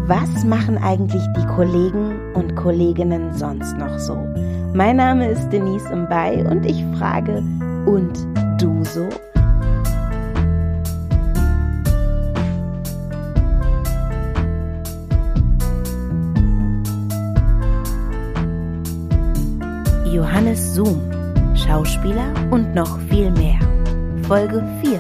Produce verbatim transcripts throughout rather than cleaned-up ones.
Was machen eigentlich die Kollegen und Kolleginnen sonst noch so? Mein Name ist Denise Mbay und ich frage, und du so? Johannes Zoom, Schauspieler und noch viel mehr. Folge vier.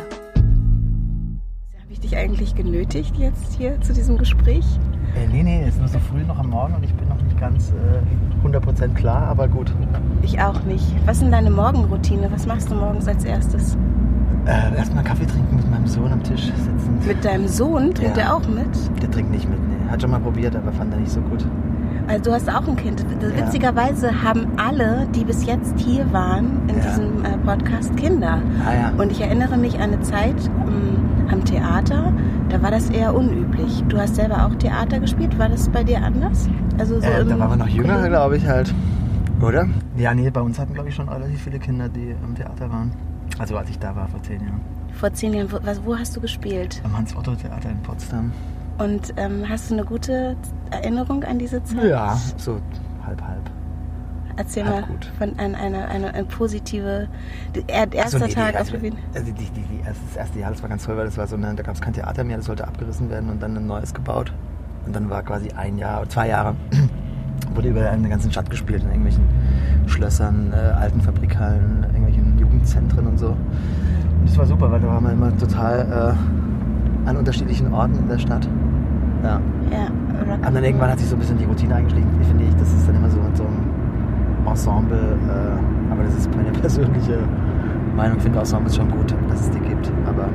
Habe ich dich eigentlich genötigt jetzt hier zu diesem Gespräch? Äh, nee, nee, es ist nur so früh noch am Morgen und ich bin noch nicht ganz äh, hundert Prozent klar, aber gut. Ich auch nicht. Was ist denn deine Morgenroutine? Was machst du morgens als erstes? Äh, erstmal Kaffee trinken, mit meinem Sohn am Tisch sitzen. Mit deinem Sohn? Trinkt Ja. er auch mit? Der trinkt nicht mit, nee. Hat schon mal probiert, aber fand er nicht so gut. Also du hast auch ein Kind. Ja. Witzigerweise haben alle, die bis jetzt hier waren, in Ja. diesem äh, Podcast Kinder. Ah ja. Und ich erinnere mich an eine Zeit ähm, am Theater, da war das eher unüblich. Du hast selber auch Theater gespielt. War das bei dir anders? Also so äh, im da waren wir noch jünger, Kollegen- glaube ich halt. Oder? Ja, nee, bei uns hatten, glaube ich, schon relativ viele Kinder, die im Theater waren. Also als ich da war, vor zehn Jahren. Vor zehn Jahren. Wo, was, wo hast du gespielt? Am Hans-Otto-Theater in Potsdam. Und ähm, hast du eine gute Erinnerung an diese Zeit? Ja, so halb, halb. Erzähl halb mal gut. von einer eine, eine, eine positive, er, erster Ach so, nee, Tag nee, auf also, Wien. also die, die, die, erste- das erste Jahr, das war ganz toll, weil das war so eine, da gab es kein Theater mehr, das sollte abgerissen werden und dann ein neues gebaut. Und dann war quasi ein Jahr, oder zwei Jahre, wurde überall in der ganzen Stadt gespielt, in irgendwelchen Schlössern, äh, alten Fabrikhallen, irgendwelchen Jugendzentren und so. Und das war super, weil da waren wir immer total äh, an unterschiedlichen Orten in der Stadt. Ja. Ja, Und dann irgendwann hat sich so ein bisschen die Routine eingeschlichen, finde ich. Das ist dann immer so mit so einem Ensemble. Äh, aber das ist meine persönliche Meinung. Ich finde Ensembles schon gut, dass es die gibt. Aber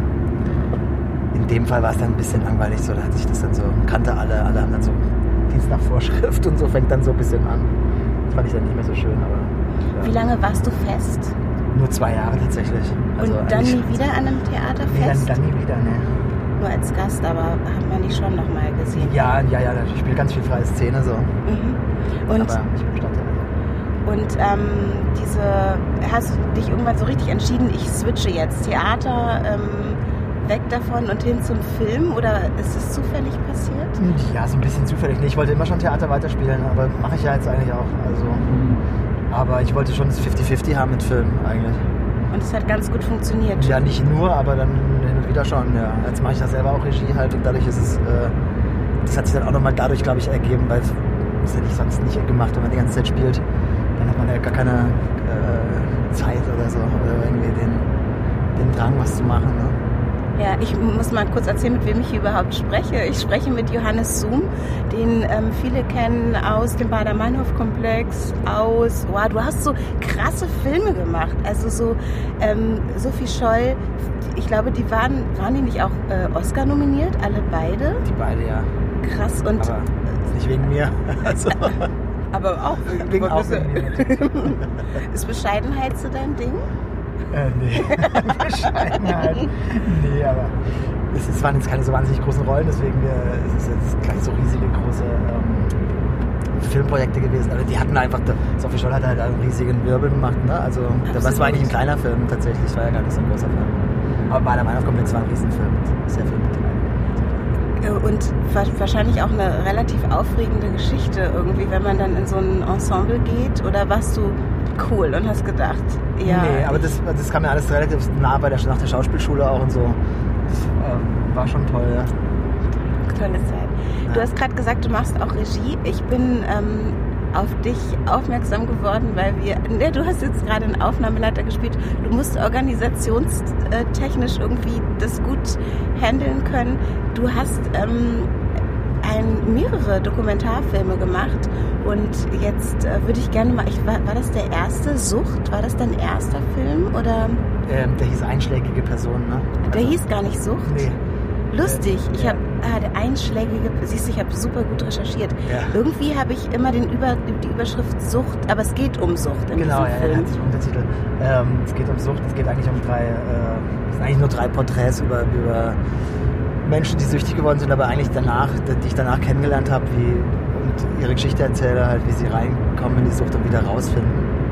in dem Fall war es dann ein bisschen langweilig. So, da hat sich das dann so, kannte alle, alle haben dann so Dienst nach Vorschrift und so, fängt dann so ein bisschen an. Das fand ich dann nicht mehr so schön. Aber, ja. Wie lange warst du fest? Nur zwei Jahre tatsächlich. Also Und dann eigentlich- nie wieder an einem Theater Nee, fest? dann, dann nie wieder, ne. Nur als Gast, aber hat man dich schon nochmal gesehen. Ja, ja, ja, ich spiele ganz viel freie Szene so. Mhm. Und, aber ich bin Stadtteil. und ähm, diese, hast du dich irgendwann so richtig entschieden, ich switche jetzt Theater ähm, weg davon und hin zum Film? Oder ist es zufällig passiert? Ja, so ein bisschen zufällig. Nee, ich wollte immer schon Theater weiterspielen, aber mache ich ja jetzt eigentlich auch. Also, aber ich wollte schon das fünfzig fünfzig haben mit Film eigentlich. Und es hat ganz gut funktioniert. Ja, nicht nur, aber dann hin und wieder schon. Ja. Jetzt mache ich das selber auch Regie halt und dadurch ist es, äh, das hat sich dann auch nochmal dadurch, glaube ich, ergeben, weil das hätte ich sonst nicht gemacht, wenn man die ganze Zeit spielt. Dann hat man ja gar keine äh, Zeit oder so, oder irgendwie den, den Drang, was zu machen. Ne? Ja, ich muss mal kurz erzählen, mit wem ich hier überhaupt spreche. Ich spreche mit Johannes Zoom, den ähm, viele kennen aus dem Baader-Meinhof-Komplex, aus, wow, du hast so krasse Filme gemacht, also so ähm, Sophie Scholl, ich glaube, die waren, waren die nicht auch äh, Oscar nominiert, alle beide? Die beide, ja. Krass, und... Aber nicht wegen mir. Also, aber auch wegen auch wegen mir. Ist Bescheidenheit so dein Ding? Äh, nee, Bescheidenheit. Nee, aber es, es waren jetzt keine so wahnsinnig großen Rollen, deswegen äh, es ist jetzt gleich so riesige, große ähm, Filmprojekte gewesen. Aber die hatten einfach, Sophie Scholl hat halt einen riesigen Wirbel gemacht, ne? Also das war eigentlich ein kleiner Film tatsächlich, das war ja gar nicht so ein großer Film. Aber Baader-Meinhof-Komplex war ein Riesenfilm mit sehr viel Material. Und wahrscheinlich auch eine relativ aufregende Geschichte irgendwie, wenn man dann in so ein Ensemble geht. Oder warst du cool und hast gedacht, ja... Nee, aber das, das kam mir alles relativ nah bei der, nach der Schauspielschule auch und so. Das äh, war schon toll, ja. Tolle Zeit. Ja. Du hast gerade gesagt, du machst auch Regie. Ich bin ähm, auf dich aufmerksam geworden, weil wir... Ne, du hast jetzt gerade einen Aufnahmeleiter gespielt. Du musst organisationstechnisch irgendwie das gut handeln können. Du hast ähm, ein, mehrere Dokumentarfilme gemacht und jetzt äh, würde ich gerne mal... Ich, war, war das der erste? Sucht? War das dein erster Film? Oder? Ähm, der hieß Einschlägige Person, ne? Der Also, hieß gar nicht Sucht? Nee. Lustig. Ich Ja. habe ah, der einschlägige, siehst du, ich habe super gut recherchiert. Ja. Irgendwie habe ich immer den Über, die Überschrift Sucht, aber es geht um Sucht in Genau, ja, diesem der Film. hat sich Untertitel. Ähm, es geht um Sucht, es geht eigentlich um drei, äh, es sind eigentlich nur drei Porträts über, über Menschen, die süchtig geworden sind, aber eigentlich danach, die ich danach kennengelernt habe, wie und ihre Geschichte erzähle, halt, wie sie reinkommen in die Sucht und wieder rausfinden.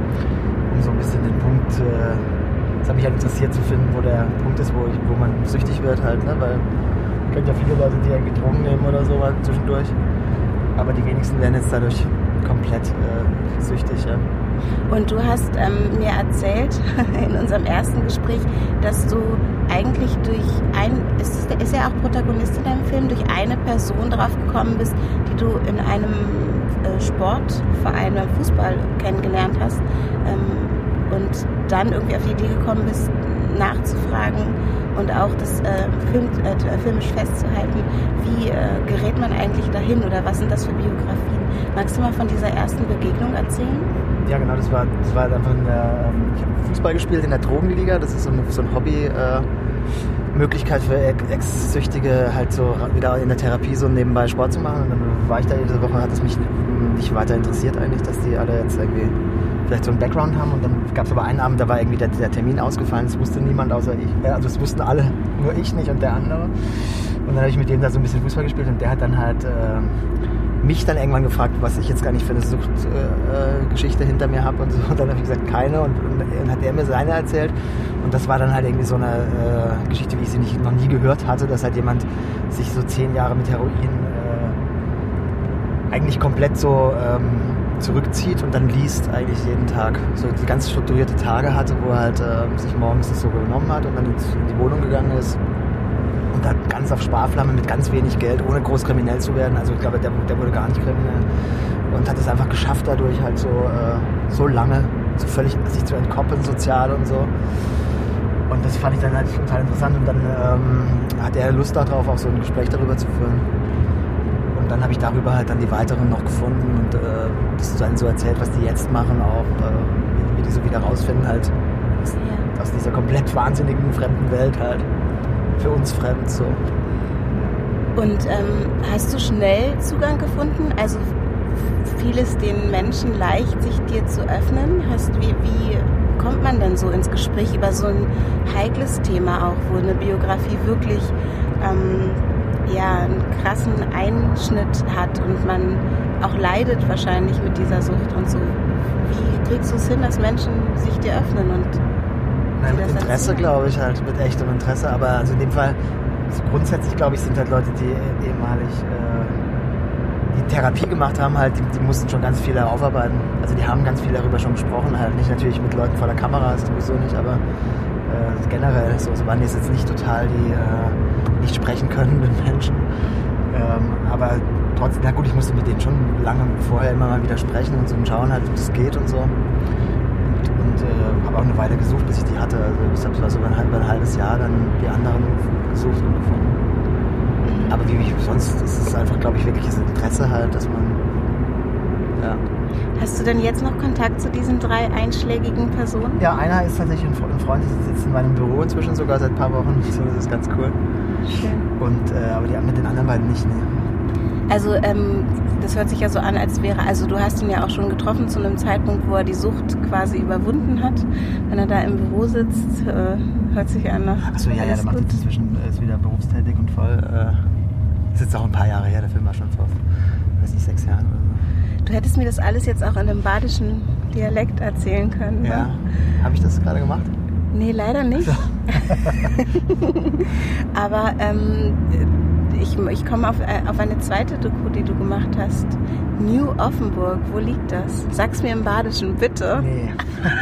Um so ein bisschen den Punkt, äh, es hat mich halt interessiert zu finden, wo der Punkt ist, wo, ich, wo man süchtig wird halt, ne, weil Können ja viele Leute, die irgendwie Drogen nehmen oder so mal zwischendurch. Aber die wenigsten werden jetzt dadurch komplett äh, süchtig. Ja. Und du hast ähm, mir erzählt in unserem ersten Gespräch, dass du eigentlich durch ein, ist, ist ja auch Protagonist in deinem Film, durch eine Person drauf gekommen bist, die du in einem äh, Sportverein beim Fußball kennengelernt hast ähm, und dann irgendwie auf die Idee gekommen bist, nachzufragen und auch das äh, Film, äh, filmisch festzuhalten, wie äh, gerät man eigentlich dahin oder was sind das für Biografien? Magst du mal von dieser ersten Begegnung erzählen? Ja, genau, das war, das war halt einfach eine, ich habe Fußball gespielt in der Drogenliga, das ist so, eine, so ein Hobby, äh, Möglichkeit für Ex-Süchtige halt so wieder in der Therapie so nebenbei Sport zu machen und dann war ich da jede Woche, hat es mich nicht weiter interessiert eigentlich, dass die alle jetzt irgendwie vielleicht so einen Background haben und dann gab es aber einen Abend, da war irgendwie der, der Termin ausgefallen, das wusste niemand außer ich, also das wussten alle, nur ich nicht und der andere und dann habe ich mit dem da so ein bisschen Fußball gespielt und der hat dann halt äh, mich dann irgendwann gefragt, was ich jetzt gar nicht für eine Suchtgeschichte äh, hinter mir habe und so. Und dann habe ich gesagt, keine. Und, und dann hat er mir seine erzählt. Und das war dann halt irgendwie so eine äh, Geschichte, wie ich sie nicht, noch nie gehört hatte, dass halt jemand sich so zehn Jahre mit Heroin äh, eigentlich komplett so ähm, zurückzieht und dann liest eigentlich jeden Tag. So die ganz strukturierte Tage hatte, wo er halt äh, sich morgens das so genommen hat und dann in die Wohnung gegangen ist. Und dann ganz auf Sparflamme mit ganz wenig Geld, ohne groß kriminell zu werden. Also ich glaube, der, der wurde gar nicht kriminell. Und hat es einfach geschafft, dadurch halt so, äh, so lange so völlig sich zu entkoppeln, sozial und so. Und das fand ich dann halt total interessant. Und dann ähm, hat er Lust darauf, auch so ein Gespräch darüber zu führen. Und dann habe ich darüber halt dann die weiteren noch gefunden und äh, das dann so erzählt, was die jetzt machen, auch äh, wie, wie die so wieder rausfinden halt aus, ja. aus dieser komplett wahnsinnigen fremden Welt halt. Für uns fremd so. Und ähm, hast du schnell Zugang gefunden? Also fiel es den Menschen leicht, sich dir zu öffnen? Hast, wie, wie kommt man denn so ins Gespräch über so ein heikles Thema auch, wo eine Biografie wirklich ähm, ja, einen krassen Einschnitt hat und man auch leidet wahrscheinlich mit dieser Sucht und so? Wie kriegst du es hin, dass Menschen sich dir öffnen und Nein, mit Interesse, glaube ich, halt, mit echtem Interesse. Aber also in dem Fall, also grundsätzlich, glaube ich, sind halt Leute, die ehemalig äh, die Therapie gemacht haben, halt, die, die mussten schon ganz viel aufarbeiten. Also die haben ganz viel darüber schon gesprochen, halt nicht natürlich mit Leuten vor der Kamera, ist sowieso nicht, aber äh, generell, so, so waren die jetzt nicht total die äh, nicht sprechen könnenden Menschen. Ähm, aber trotzdem, na gut, ich musste mit denen schon lange vorher immer mal wieder sprechen und so und schauen halt, wie das geht und so. Und äh, habe auch eine Weile gesucht, bis ich die hatte. Also ich habe so über ein, über ein halbes Jahr dann die anderen gesucht und gefunden. Aber wie, wie sonst, ist es einfach, glaube ich, wirklich das Interesse halt, dass man, ja. Hast du denn jetzt noch Kontakt zu diesen drei einschlägigen Personen? Ja, einer ist tatsächlich ein Freund, der sitzt in meinem Büro inzwischen sogar seit ein paar Wochen. So, das ist ganz cool. Schön. Und, äh, aber die, mit den anderen beiden nicht, ne. Also ähm, das hört sich ja so an, als wäre, also du hast ihn ja auch schon getroffen zu einem Zeitpunkt, wo er die Sucht quasi überwunden hat. Wenn er da im Büro sitzt, äh, hört sich an nach Achso, ja, ja, der macht jetzt inzwischen, ist wieder berufstätig und voll. Äh, ist jetzt auch ein paar Jahre her, der Film war schon vor, weiß nicht, sechs Jahren oder so. Du hättest mir das alles jetzt auch in einem badischen Dialekt erzählen können. Ja, ne? Habe ich das gerade gemacht? Nee, leider nicht. So. Aber ähm, ich, ich komme auf, auf eine zweite Doku, die du gemacht hast. New Offenburg, wo liegt das? Sag's mir im Badischen, bitte. Nee.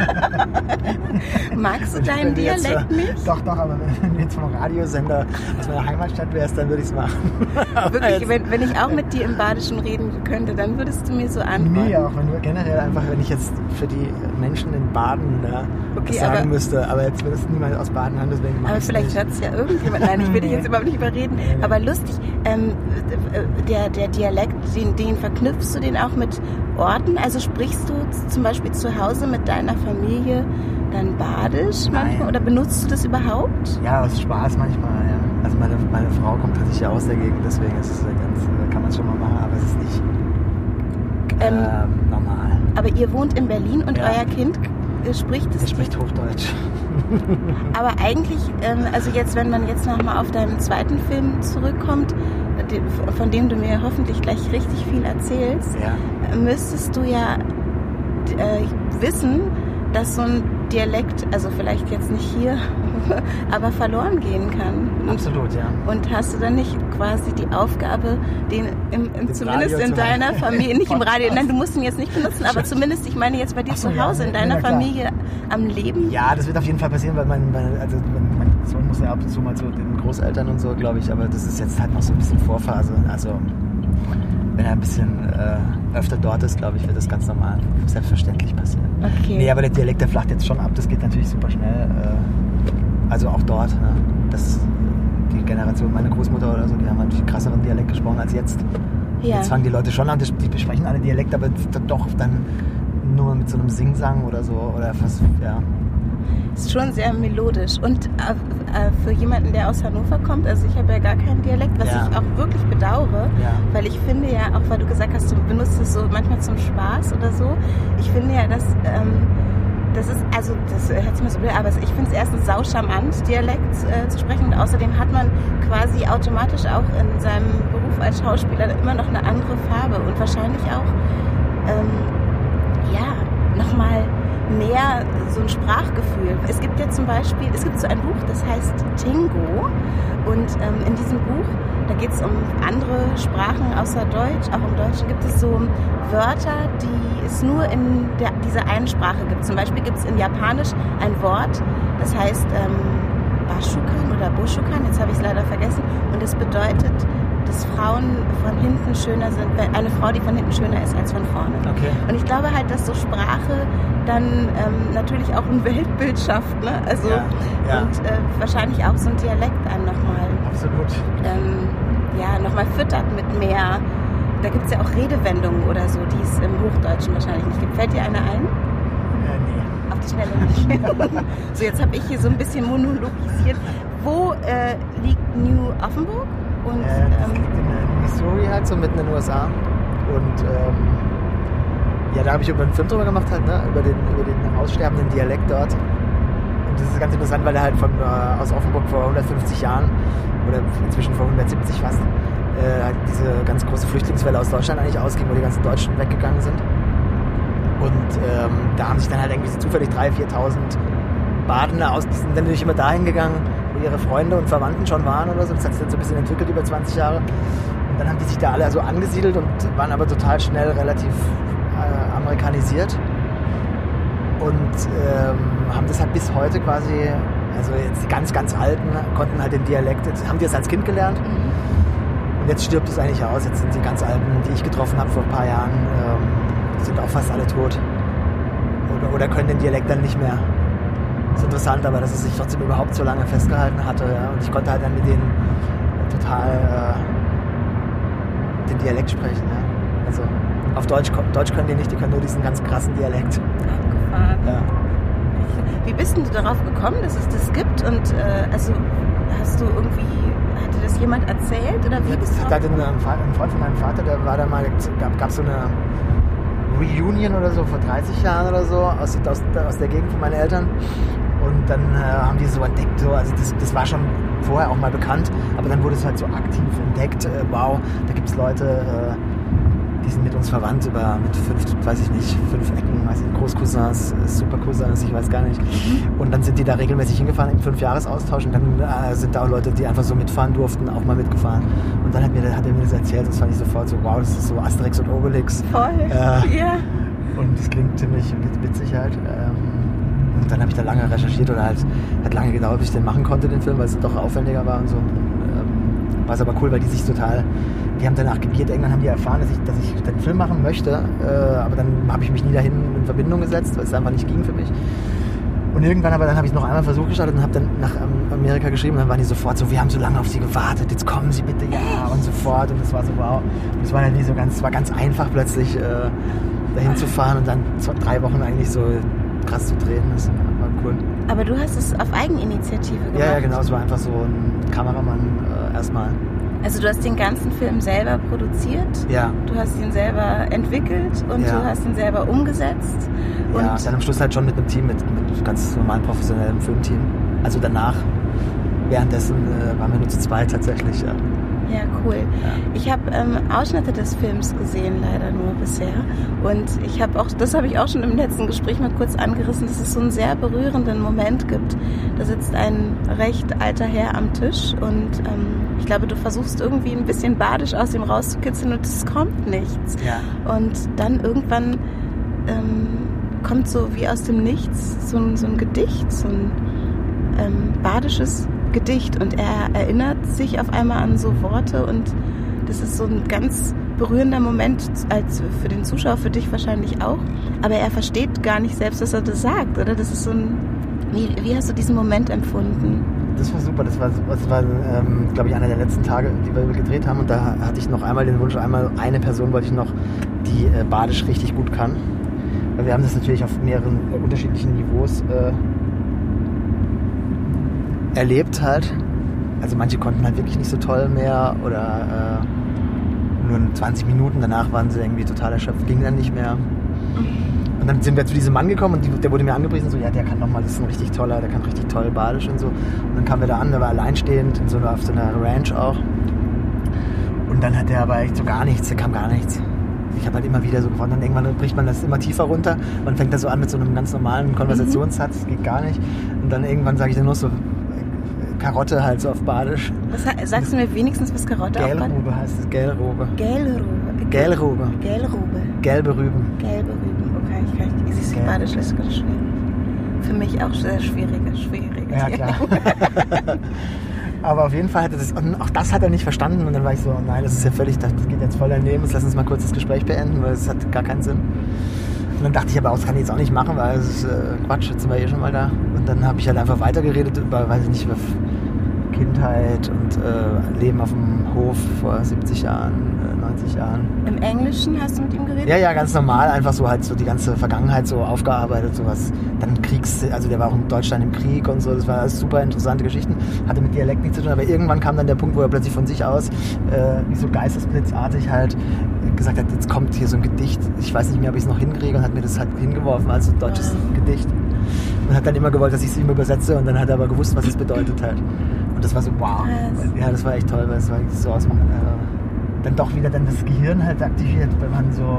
Magst du deinen Dialekt jetzt, nicht? Doch, doch, aber wenn du jetzt vom Radiosender aus meiner Heimatstadt wärst, dann würde ich es machen. Wirklich, wenn, wenn ich auch mit dir im Badischen reden könnte, dann würdest du mir so antworten. Nee, auch wenn du generell einfach, wenn ich jetzt für die Menschen in Baden ja, okay, das sagen aber, müsste, aber jetzt will es niemand aus Baden haben, deswegen mache aber ich es vielleicht hört es ja irgendjemand, nein, ich will dich jetzt überhaupt nicht überreden, nee, nee. Aber lustig, ähm, der, der Dialekt, den, den verknüpfst du den auch mit Orten? Also sprichst du zum Beispiel zu Hause mit deiner Familie dann Badisch manchmal oder benutzt du das überhaupt? Ja, aus Spaß manchmal, ja. Also meine, meine Frau kommt tatsächlich aus der Gegend, deswegen ist es ganz, kann man es schon mal machen, aber es ist nicht ähm, ähm, normal. Aber ihr wohnt in Berlin und ja. Euer Kind spricht es? Er spricht Hochdeutsch. Aber eigentlich, ähm, also jetzt, wenn man jetzt nochmal auf deinen zweiten Film zurückkommt, von dem du mir hoffentlich gleich richtig viel erzählst, ja. müsstest du ja äh, wissen, dass so ein Dialekt, also vielleicht jetzt nicht hier, aber verloren gehen kann. Und, Absolut, ja. Und hast du dann nicht quasi die Aufgabe, den, im, im, zumindest Radio in zu deiner haben. Familie, nicht im Radio, nein, du musst ihn jetzt nicht benutzen, aber zumindest, ich meine jetzt bei dir So, zu Hause, ja, in deiner ja, klar. Familie am Leben? Ja, das wird auf jeden Fall passieren, weil mein, mein, also mein, mein Sohn muss ja ab und zu mal zu den Großeltern und so, glaube ich, aber das ist jetzt halt noch so ein bisschen Vorphase. Also wenn er ein bisschen äh, öfter dort ist, glaube ich, wird das ganz normal, selbstverständlich passieren. Okay. Nee, aber der Dialekt, der flacht jetzt schon ab, das geht natürlich super schnell. Äh, also auch dort, ne? Das, die Generation, meine Großmutter oder so, die haben halt viel krasseren Dialekt gesprochen als jetzt. Ja. Jetzt fangen die Leute schon an, die, die besprechen alle Dialekt, aber doch dann nur mit so einem Singsang oder so, oder fast, ja. Ist schon sehr melodisch. Und äh, äh, für jemanden, der aus Hannover kommt, also ich habe ja gar keinen Dialekt, was Ja. ich auch wirklich bedauere, Ja. weil ich finde ja, auch weil du gesagt hast, du benutzt es so manchmal zum Spaß oder so, ich finde ja, dass ähm, das ist, also das hört sich mal so blöd, aber ich finde es erstens saucharmant, Dialekt äh, zu sprechen, und außerdem hat man quasi automatisch auch in seinem Beruf als Schauspieler immer noch eine andere Farbe und wahrscheinlich auch ähm, ja, nochmal mehr so ein Sprachgefühl. Es gibt ja zum Beispiel, es gibt so ein Buch, das heißt Tingo, und ähm, in diesem Buch, da geht es um andere Sprachen außer Deutsch. Auch im Deutschen gibt es so Wörter, die es nur in der, dieser einen Sprache gibt. Zum Beispiel gibt es in Japanisch ein Wort, das heißt ähm, Bashukan oder Boshukan, jetzt habe ich es leider vergessen, und es bedeutet, dass Frauen von hinten schöner sind, eine Frau, die von hinten schöner ist als von vorne. Okay. Und ich glaube halt, dass so Sprache dann ähm, natürlich auch ein Weltbild schafft, ne? Also Ja, ja. und äh, wahrscheinlich auch so ein Dialekt einen nochmal Absolut. ähm, ja, noch mal füttert mit mehr. Da gibt es ja auch Redewendungen oder so, die es im Hochdeutschen wahrscheinlich nicht gibt. Fällt dir eine ein? Äh, nee. Auf die Schnelle nicht. So, jetzt habe ich hier so ein bisschen monologisiert. Wo äh, liegt New Offenburg? Und, Äh, das ähm, liegt in äh, Missouri halt, so mitten in den U S A. Und ähm, ja, da habe ich über einen Film drüber gemacht, halt, ne? über, den, über den aussterbenden Dialekt dort. Und das ist ganz interessant, weil er halt von, äh, aus Offenburg vor hundertfünfzig Jahren, oder inzwischen vor hundertsiebzig fast, äh, halt diese ganz große Flüchtlingswelle aus Deutschland eigentlich ausging, wo die ganzen Deutschen weggegangen sind. Und ähm, da haben sich dann halt irgendwie so zufällig dreitausend, viertausend Badener aus, die sind dann natürlich immer dahin gegangen, wo ihre Freunde und Verwandten schon waren oder so. Das hat sich dann so ein bisschen entwickelt über zwanzig Jahre. Und dann haben die sich da alle so angesiedelt und waren aber total schnell relativ äh, amerikanisiert. Und ähm, haben das halt bis heute quasi, also jetzt die ganz, ganz Alten konnten halt den Dialekt, jetzt haben die das als Kind gelernt. Und jetzt stirbt es eigentlich aus. Jetzt sind die ganz Alten, die ich getroffen habe vor ein paar Jahren, ähm, sind auch fast alle tot. Oder, oder können den Dialekt dann nicht mehr. Das ist interessant, aber dass es sich trotzdem überhaupt so lange festgehalten hatte. Ja. Und ich konnte halt dann mit denen total äh, den Dialekt sprechen. Ja. Also auf Deutsch, Deutsch können die nicht, die können nur diesen ganz krassen Dialekt. abgefahren. Ja. Wie bist denn du darauf gekommen, dass es das gibt? Und äh, also hast du irgendwie, hat dir das jemand erzählt? Oder wie bist du Da drauf? hatte ein, ein Freund von meinem Vater, der war da mal, gab, gab so eine Reunion oder so vor dreißig Jahren oder so aus, aus, aus der Gegend von meinen Eltern. Und dann äh, haben die so entdeckt, so, also das, das war schon vorher auch mal bekannt, aber dann wurde es halt so aktiv entdeckt. Äh, wow, da gibt es Leute, äh, die sind mit uns verwandt über mit fünf, weiß ich nicht, fünf Ecken, weiß ich, Großcousins, Supercousins, ich weiß gar nicht. Und dann sind die da regelmäßig hingefahren im Fünfjahresaustausch und dann äh, sind da auch Leute, die einfach so mitfahren durften, auch mal mitgefahren. Und dann hat, mir, hat er mir das erzählt, das fand ich sofort so, wow, das ist so Asterix und Obelix. Voll. Äh, Ja. Und das klingt ziemlich witzig halt. Und dann habe ich da lange recherchiert oder halt, hat lange gedauert, bis ich den machen konnte, den Film, weil es doch aufwendiger war und so. Ähm, war es aber cool, weil die sich total, die haben danach gebiert, irgendwann haben die erfahren, dass ich, dass ich den Film machen möchte, äh, aber dann habe ich mich nie dahin in Verbindung gesetzt, weil es einfach nicht ging für mich. Und irgendwann aber, dann habe ich noch einmal Versuch gestartet und habe dann nach Amerika geschrieben und dann waren die sofort so, wir haben so lange auf sie gewartet, jetzt kommen sie bitte, ja, und sofort. Und das war so, wow. Und es war halt nie so ganz, es war ganz einfach plötzlich äh, dahin zu fahren und dann zwei, drei Wochen eigentlich so krass zu drehen. Das war cool. Aber du hast es auf Eigeninitiative gemacht. Ja, ja, genau, es war einfach so ein Kameramann äh, erstmal. Also du hast den ganzen Film selber produziert, Ja. du hast ihn selber entwickelt und Ja. du hast ihn selber umgesetzt. Und Ja, dann am Schluss halt schon mit einem Team, mit, mit ganz normalen professionellem Filmteam. Also danach, währenddessen äh, waren wir nur zu zweit tatsächlich, ja. Ja, cool. Ja. Ich habe ähm, Ausschnitte des Films gesehen, leider nur bisher. Und ich habe auch, das habe ich auch schon im letzten Gespräch mal kurz angerissen, dass es so einen sehr berührenden Moment gibt. Da sitzt ein recht alter Herr am Tisch und ähm, ich glaube, du versuchst irgendwie ein bisschen badisch aus ihm rauszukitzeln und es kommt nichts. Ja. Und dann irgendwann ähm, kommt so wie aus dem Nichts so ein, so ein Gedicht, so ein ähm, badisches Gedicht und er erinnert sich auf einmal an so Worte und das ist so ein ganz berührender Moment als für den Zuschauer, für dich wahrscheinlich auch, aber er versteht gar nicht selbst, was er das sagt, oder? Das ist so ein, wie, wie hast du diesen Moment empfunden? Das war super, das war, das war ähm, glaube ich, einer der letzten Tage, die wir gedreht haben und da hatte ich noch einmal den Wunsch, einmal eine Person wollte ich noch, die äh, Badisch richtig gut kann, weil wir haben das natürlich auf mehreren äh, unterschiedlichen Niveaus äh, erlebt halt. Also manche konnten halt wirklich nicht so toll mehr oder äh, nur zwanzig Minuten, danach waren sie irgendwie total erschöpft, ging dann nicht mehr. Und dann sind wir zu diesem Mann gekommen und die, der wurde mir angepriesen, so ja, der kann nochmal, das ist ein richtig toller, der kann richtig toll Badisch und so. Und dann kamen wir da an, der war alleinstehend, in so einer, auf so einer Ranch auch. Und dann hat der aber echt so gar nichts, der kam gar nichts. Ich habe halt immer wieder so gefragt, dann irgendwann bricht man das immer tiefer runter. Man fängt da so an mit so einem ganz normalen Konversationssatz, das geht gar nicht. Und dann irgendwann sage ich dann nur so, Karotte halt so auf Badisch. Was, sagst du mir wenigstens, was Karotte auf Badisch? Gelrube heißt es, Gelrube. Gelrube. Gelrube. Gelrube. Gelbe Rüben. Gelbe Rüben, okay, ich kann nicht. Siehst du, Badisch ist ganz schwierig. Für mich auch sehr schwierig, schwierig. Ja, klar. Aber auf jeden Fall hat er das, und auch das hat er nicht verstanden und dann war ich so, nein, das ist ja völlig, das geht jetzt voll daneben, jetzt lass uns mal kurz das Gespräch beenden, weil es hat gar keinen Sinn. Und dann dachte ich aber auch, das kann ich jetzt auch nicht machen, weil es ist äh, Quatsch, jetzt sind wir eh schon mal da. Und dann habe ich halt einfach weitergeredet über, weiß ich nicht, über Kindheit und äh, Leben auf dem Hof vor siebzig Jahren, äh, neunzig Jahren. Im Englischen hast du mit ihm geredet? Ja, ja, ganz normal, einfach so halt so die ganze Vergangenheit so aufgearbeitet, sowas. Dann Kriegs, also der war auch in Deutschland im Krieg und so, das war alles super interessante Geschichten, hatte mit Dialekt nichts zu tun, aber irgendwann kam dann der Punkt, wo er plötzlich von sich aus, äh, wie so geistesblitzartig halt, gesagt hat, jetzt kommt hier so ein Gedicht, ich weiß nicht mehr, ob ich es noch hinkriege und hat mir das halt hingeworfen als ein deutsches wow. Gedicht und hat dann immer gewollt, dass ich es ihm übersetze und dann hat er aber gewusst, was es bedeutet halt. Und das war so, wow, ja, das war echt toll, weil es war so aus dem, äh, dann doch wieder dann das Gehirn halt aktiviert, wenn man so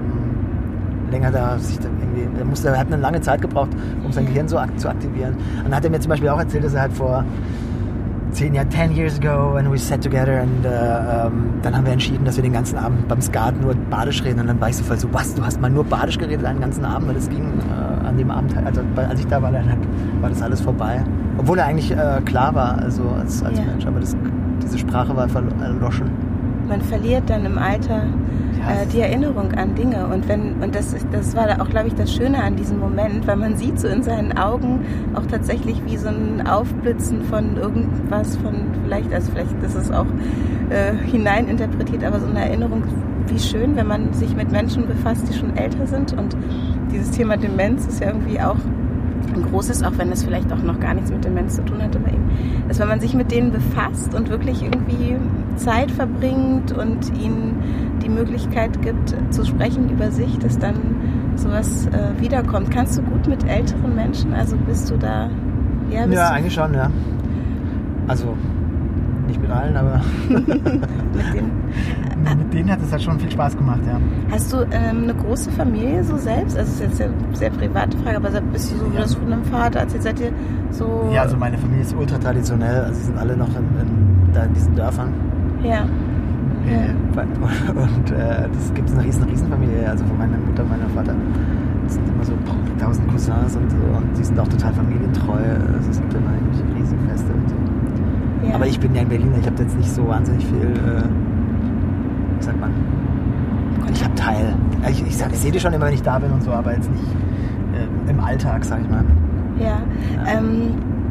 ähm, länger da sich dann irgendwie, er musste, er hat eine lange Zeit gebraucht, um sein Gehirn so ak- zu aktivieren. Und dann hat er mir zum Beispiel auch erzählt, dass er halt vor zehn Jahren, ten years ago, when we sat together und äh, ähm, dann haben wir entschieden, dass wir den ganzen Abend beim Skat nur Badisch reden und dann war ich so voll so, was, du hast mal nur Badisch geredet einen ganzen Abend, weil das ging äh, an dem Abend, also als ich da war, dann war das alles vorbei. Obwohl er eigentlich äh, klar war, also als, als ja. Mensch, aber das, diese Sprache war verloschen. Man verliert dann im Alter äh, die Erinnerung an Dinge und wenn und das das war auch, glaube ich, das Schöne an diesem Moment, weil man sieht so in seinen Augen auch tatsächlich wie so ein Aufblitzen von irgendwas, von vielleicht, also vielleicht ist es auch äh, hineininterpretiert, aber so eine Erinnerung, wie schön, wenn man sich mit Menschen befasst, die schon älter sind und dieses Thema Demenz ist ja irgendwie auch ein großes, auch wenn das vielleicht auch noch gar nichts mit Demenz zu tun hatte bei ihm, dass wenn man sich mit denen befasst und wirklich irgendwie Zeit verbringt und ihnen die Möglichkeit gibt, zu sprechen über sich, dass dann sowas äh, wiederkommt. Kannst du gut mit älteren Menschen? Also bist du da... Ja, bist ja du eigentlich schon, ja. Also nicht mit allen, aber mit denen. Mit denen hat es halt schon viel Spaß gemacht, ja. Hast du ähm, eine große Familie so selbst? Also das ist jetzt eine sehr private Frage, aber bist du so wie das von einem Vater? Also seid ihr so... Ja, also meine Familie ist ultra traditionell, also sie sind alle noch in, in, da in diesen Dörfern. Ja. Ja. Und äh, das gibt es eine riesen, riesen Familie, also von meiner Mutter und meinem Vater. Das sind immer so tausend Cousins und so und die sind auch total familientreu. Also es gibt immer irgendwelche Riesenfeste und so. Ja. Aber ich bin ja in Berlin, ich habe jetzt nicht so wahnsinnig viel... Äh, wie sagt man? Ich habe Teil. Ich, ich, ich sehe die schon immer, wenn ich da bin und so, aber jetzt nicht äh, im Alltag, sag ich mal. Ja. ja. Ähm,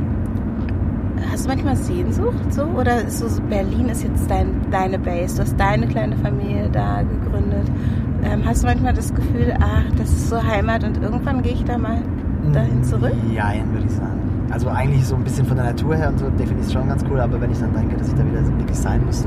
hast du manchmal Sehnsucht so? Oder ist so, Berlin ist jetzt dein, deine Base, du hast deine kleine Familie da gegründet. Ähm, hast du manchmal das Gefühl, ach, das ist so Heimat und irgendwann gehe ich da mal dahin zurück? Nein, würde ich sagen. Also eigentlich so ein bisschen von der Natur her und so, definitiv ist schon ganz cool, aber wenn ich dann denke, dass ich da wieder so wirklich sein müsste,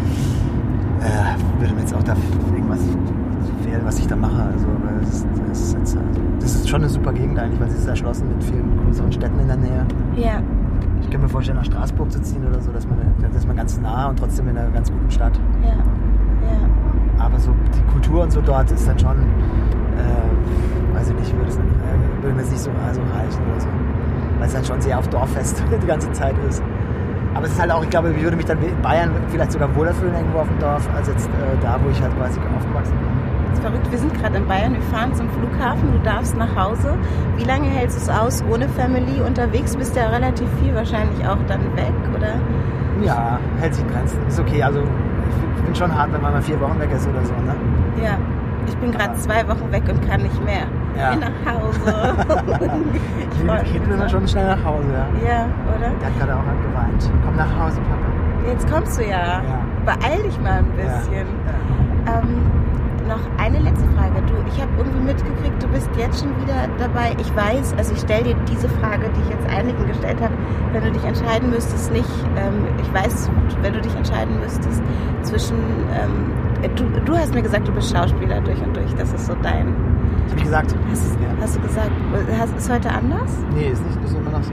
Äh, würde mir jetzt auch da irgendwas fehlen, was ich da mache. Also, das, das, ist jetzt, also, das ist schon eine super Gegend eigentlich, weil sie ist erschlossen mit vielen größeren Städten in der Nähe. Ja. Ich kann mir vorstellen, nach Straßburg zu ziehen oder so, dass man, dass man ganz nah und trotzdem in einer ganz guten Stadt. Ja, ja. Aber so die Kultur und so dort ist dann schon, äh, weiß ich nicht, würde, es, äh, würde mir jetzt nicht so also reichen oder so. Weil es dann schon sehr auf Dorffest die ganze Zeit ist. Aber es ist halt auch, ich glaube, ich würde mich dann in Bayern vielleicht sogar wohler fühlen irgendwo auf dem Dorf, als jetzt äh, da, wo ich halt quasi aufgewachsen bin. Das ist verrückt, wir sind gerade in Bayern, wir fahren zum Flughafen, du darfst nach Hause. Wie lange hältst du es aus ohne Family? Unterwegs bist du ja relativ viel wahrscheinlich auch dann weg, oder? Ja, hält sich in Grenzen. Ist okay, also ich bin schon hart, wenn man mal vier Wochen weg ist oder so, ne? Ja, ich bin gerade zwei Wochen weg und kann nicht mehr. Ja. Ich will nach Hause. Liebe Kind will man schon schnell nach Hause, ja. Ja, oder? Der hat gerade auch halt geweint. Komm nach Hause, Papa. Jetzt kommst du ja. Ja. Beeil dich mal ein bisschen. Ja. Ja. Ähm, noch eine letzte Frage. Du, ich habe irgendwie mitgekriegt, du bist jetzt schon wieder dabei. Ich weiß, also ich stelle dir diese Frage, die ich jetzt einigen gestellt habe, wenn du dich entscheiden müsstest, nicht, ähm, ich weiß, wenn du dich entscheiden müsstest zwischen, ähm, du, du hast mir gesagt, du bist Schauspieler durch und durch, das ist so dein... Das hab ich gesagt. Hast, ja. hast du gesagt, hast, ist heute anders? Nee, ist nicht, ist immer noch so,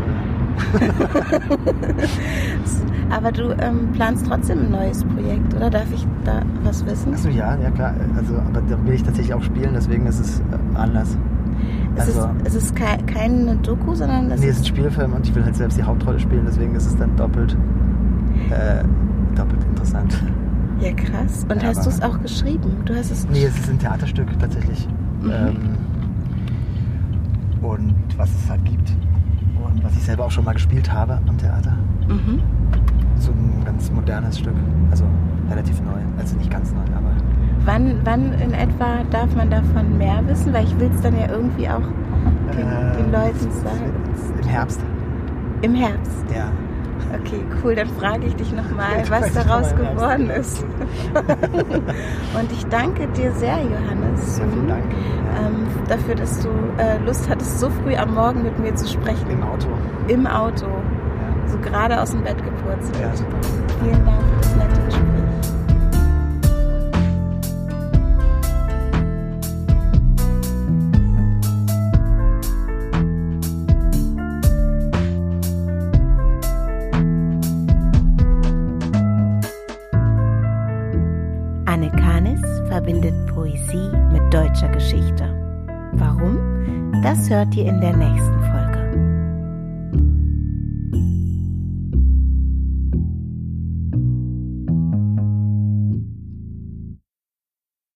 ja. Aber du ähm, planst trotzdem ein neues Projekt, oder? Darf ich da was wissen? Achso, ja, ja klar. Also, aber da will ich tatsächlich auch spielen, deswegen ist es äh, anders. Es Also, ist, es ist ke- keine Doku, sondern es nee, es ist ist ein Spielfilm und ich will halt selbst die Hauptrolle spielen, deswegen ist es dann doppelt, äh, doppelt interessant. Ja, krass. Und Ja, hast aber- du es auch geschrieben? Du hast es Nee, es ist ein Theaterstück tatsächlich. Mhm. Ähm, und was es halt gibt. Und was ich selber auch schon mal gespielt habe am Theater. Mhm. So ein ganz modernes Stück. Also relativ neu. Also nicht ganz neu, aber. Wann, wann in etwa darf man davon mehr wissen? Weil ich will es dann ja irgendwie auch den, äh, den Leuten sagen. Im Herbst. Im Herbst. Ja. Okay, cool. Dann frage ich dich nochmal, Ja, was ich frag daraus dich noch mal im geworden Herbst. ist. Und ich danke dir sehr, Johannes. Ja, vielen Dank. Ja. Ähm, dafür, dass du äh, Lust hattest, so früh am Morgen mit mir zu sprechen. Im Auto. Im Auto. Ja. So gerade aus dem Bett gepurzelt. Ja, super. Vielen Dank für das nette Gespräch. Anne Kanis verbindet Poesie mit deutscher Geschichte. Warum? Das hört ihr in der nächsten Folge.